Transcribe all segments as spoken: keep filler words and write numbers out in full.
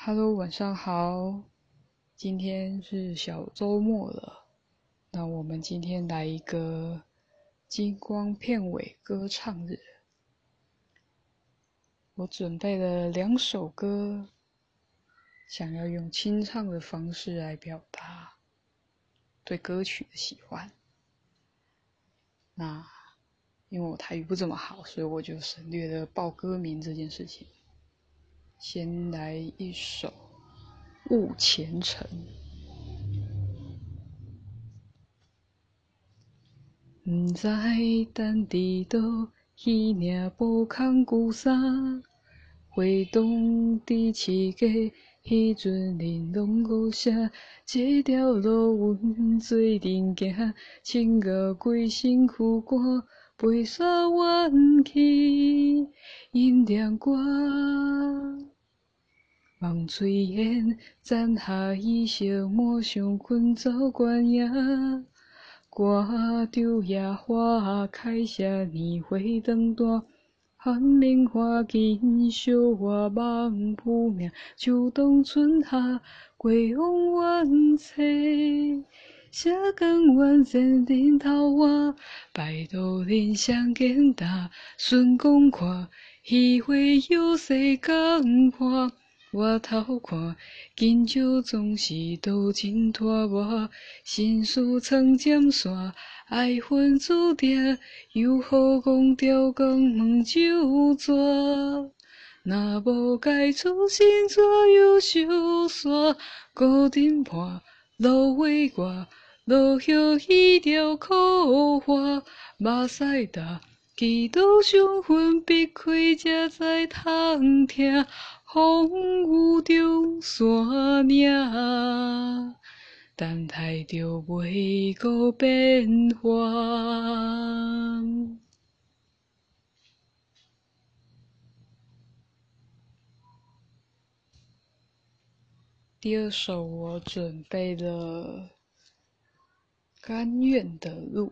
Hello，晚上好。今天是小周末了，那我们今天来一个金光片尾歌唱日。我准备了两首歌，想要用清唱的方式来表达对歌曲的喜欢。那因为我台语不怎么好，所以我就省略了报歌名这件事情。先来一首《误前程》。不知等伫倒，彼领无空旧衫。花东伫市街，迄阵恁拢无写。这条路阮做阵行，穿到规身躯汗，飞沙远去，阴凉歌。望炊烟，잔下伊烧满上困走鸳鸯。歌中野花开谢年花长大，寒明花尽小我望浮名。秋冬春夏，归往远炊。写甘愿前人头换，拜托恁相见搭。顺讲看，彼花有势共伴。我头看，今朝总是多情拖磨，心事藏针线，爱恨注定，又好讲条讲问酒泉。若无该出心，怎样收煞？孤灯伴，落尾外，落叶一条苦花，目屎干，祈祷相分必开，才知通听。风雨中山岭，等待着袂过变化。第二首我准备了《甘愿的路》。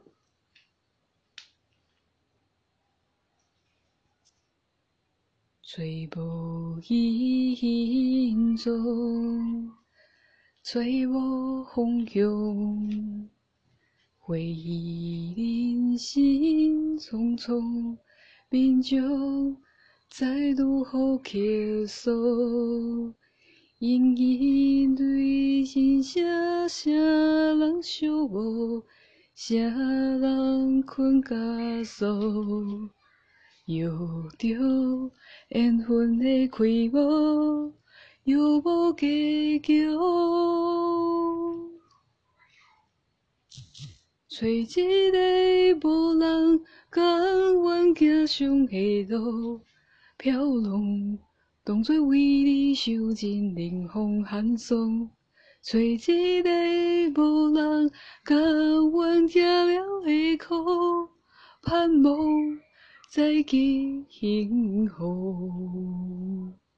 吹无影踪，吹无方向，回忆人生匆匆，面中再如何咳嗽？隐隐对人声声人相无，啥人困甲诉？摇着缘分的开幕，又无结局。找一个无人甘愿行上的路，飘浪当作为你受尽冷风寒霜。找一个无人甘愿行了的苦，盼望再见幸福。